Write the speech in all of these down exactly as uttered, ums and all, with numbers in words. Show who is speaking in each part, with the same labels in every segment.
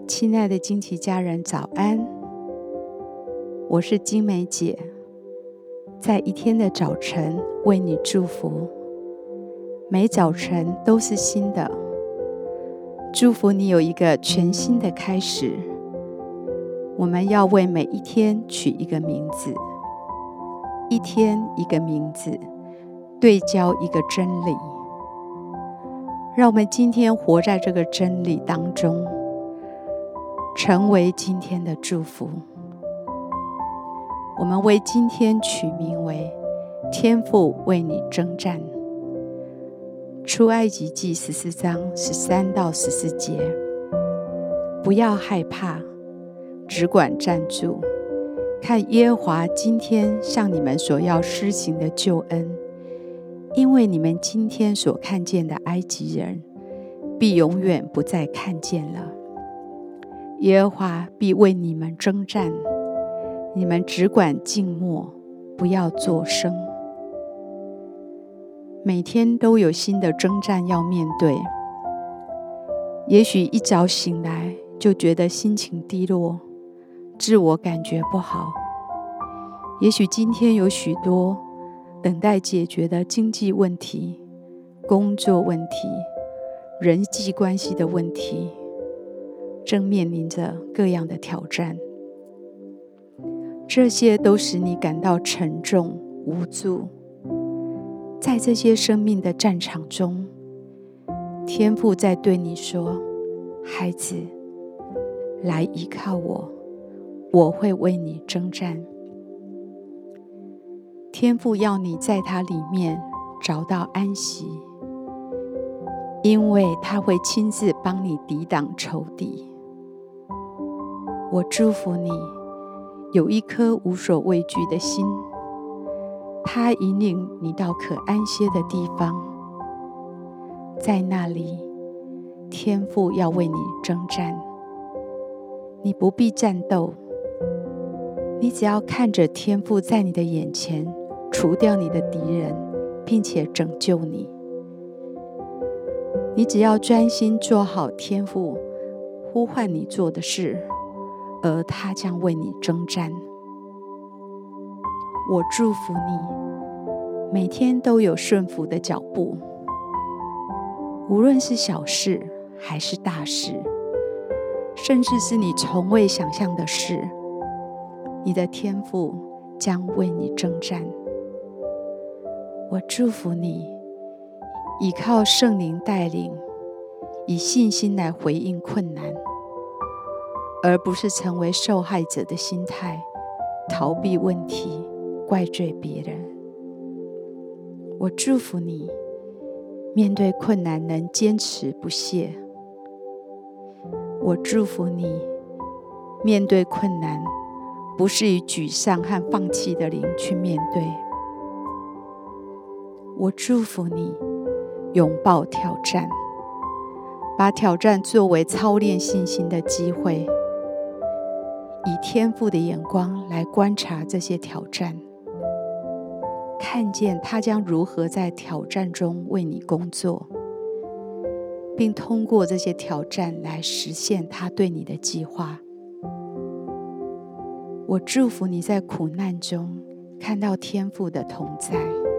Speaker 1: 亲爱的金奇家人早安，我是金梅姐，在一天的早晨为你祝福，每早晨都是新的，祝福你有一个全新的开始。我们要为每一天取一个名字，一天一个名字，对焦一个真理，让我们今天活在这个真理当中，成为今天的祝福。我们为今天取名为天父为你征战。出埃及记十四章十三到十四节，不要害怕，只管站住，看耶和华今天向你们所要施行的救恩，因为你们今天所看见的埃及人，必永远不再看见了。耶和华必为你们征战，你们只管静默，不要作声。每天都有新的征战要面对，也许一早醒来就觉得心情低落，自我感觉不好。也许今天有许多等待解决的经济问题、工作问题、人际关系的问题，正面临着各样的挑战，这些都使你感到沉重无助。在这些生命的战场中，天父在对你说：孩子，来依靠我，我会为你征战。天父要你在他里面找到安息，因为他会亲自帮你抵挡仇敌。我祝福你有一颗无所畏惧的心，他引领你到可安歇的地方，在那里天父要为你征战。你不必战斗，你只要看着天父在你的眼前除掉你的敌人，并且拯救你。你只要专心做好天父呼唤你做的事，而他将为你征战。我祝福你每天都有顺服的脚步，无论是小事还是大事，甚至是你从未想象的事，你的天父将为你征战。我祝福你依靠圣灵带领，以信心来回应困难，而不是成为受害者的心态，逃避问题，怪罪别人。我祝福你面对困难能坚持不懈。我祝福你面对困难不是以沮丧和放弃的灵去面对。我祝福你拥抱挑战，把挑战作为操练信心的机会，以天父的眼光来观察这些挑战，看见他将如何在挑战中为你工作，并通过这些挑战来实现他对你的计划。我祝福你在苦难中看到天父的同在。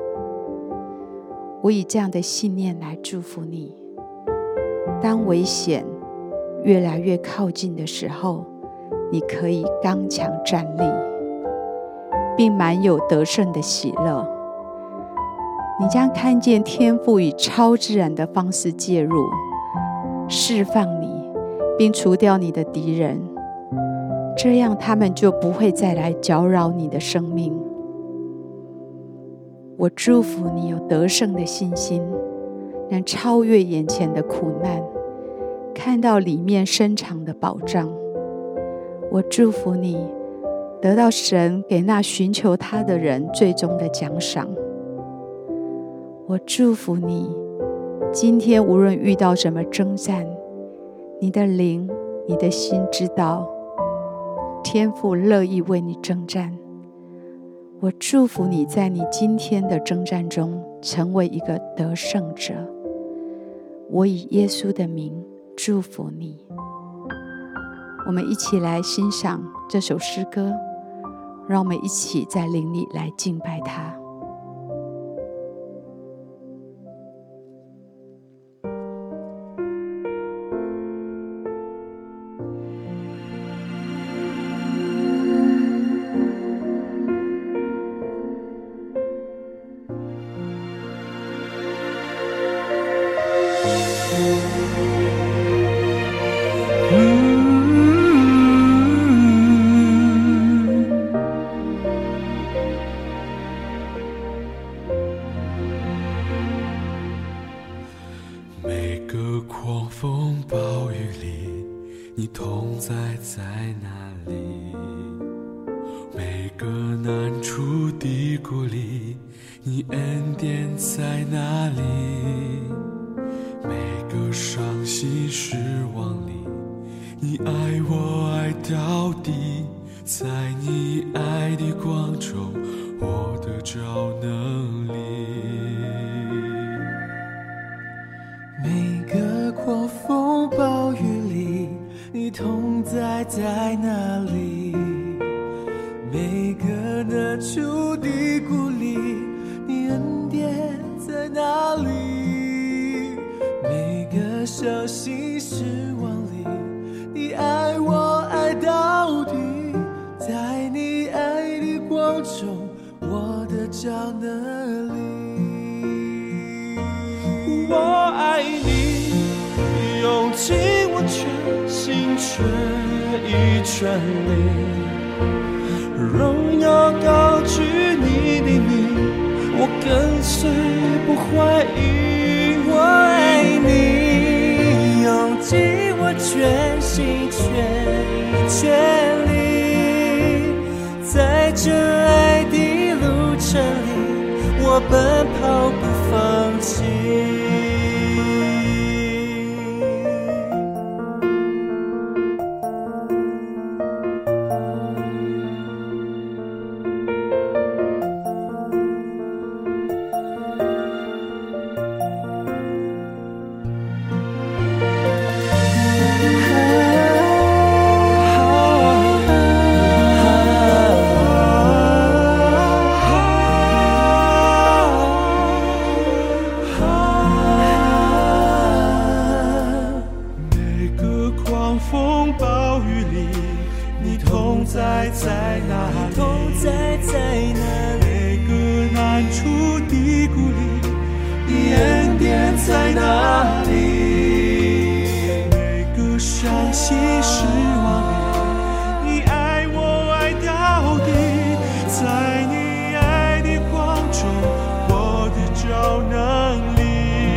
Speaker 1: 我以这样的信念来祝福你，当危险越来越靠近的时候，你可以刚强站立，并满有得胜的喜乐。你将看见天父以超自然的方式介入，释放你，并除掉你的敌人，这样他们就不会再来搅扰你的生命。我祝福你有得胜的信心，能超越眼前的苦难，看到里面深藏的宝藏。我祝福你得到神给那寻求他的人最终的奖赏。我祝福你今天无论遇到什么征战，你的灵、你的心知道天父乐意为你征战。我祝福你在你今天的征战中成为一个得胜者。我以耶稣的名祝福你。 我们一起来欣赏这首诗歌，让我们一起在灵里来敬拜他。
Speaker 2: 每个狂风暴雨里，你同在在哪里？每个难处低谷里，你恩典在哪里？每个伤心失望里，你爱我爱到底，在你爱的光中，我得着能力。
Speaker 3: 每个狂风暴雨里，你同在在哪里？每个难处低谷里，你恩典在哪里？每个伤心失望里，你爱我爱到底，在你爱的光中，我得着能力。我爱你，用尽我全心全意全力，荣耀高举你的名，我跟随不怀疑。我爱你，用尽我全心全意全力，在这爱的路程里，我奔跑不放弃。风暴雨里，你同在在哪里？同在在哪里？每个难处低谷里，你恩典在哪里？每个伤心失望里，你爱我爱到底，在你爱的光中，我得着能力。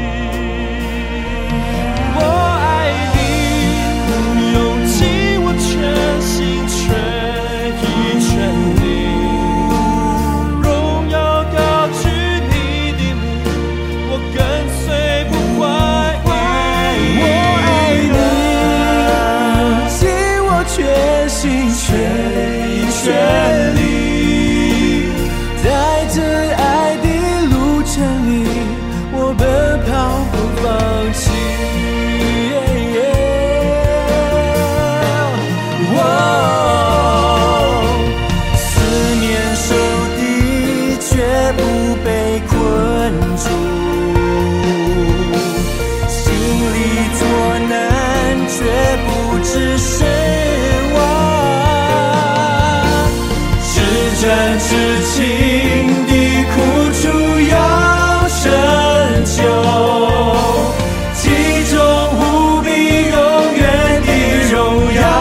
Speaker 3: 全心全意全力，荣耀高举你的名，我跟随不怀疑。我爱你，尽我全心全意全力，在这爱的路程里，我奔跑不放弃。只是我至真至情的苦楚要成就，其中无比永远的荣耀。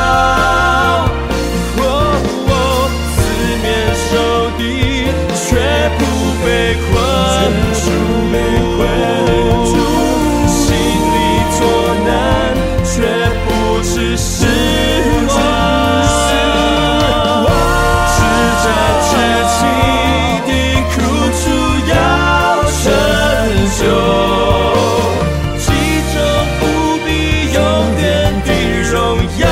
Speaker 3: 哦哦，四面受敌却不被困住，心里作难却不只是我，至真至情的苦楚要成就，其中无比永远的荣耀，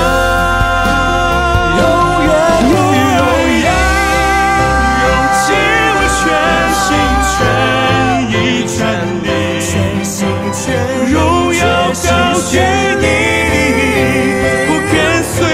Speaker 3: 永远的荣耀，用尽我全心全意全力，全心全荣耀高举你。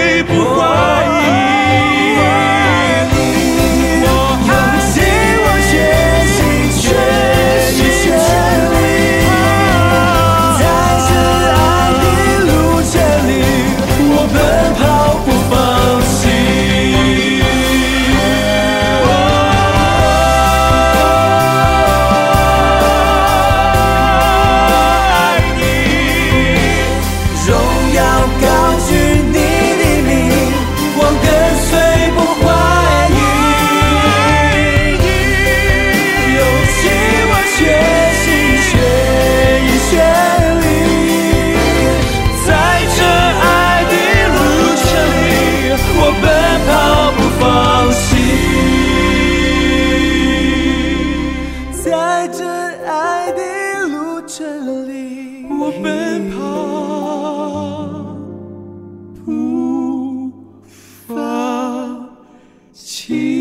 Speaker 3: 真理，我奔跑，不放弃。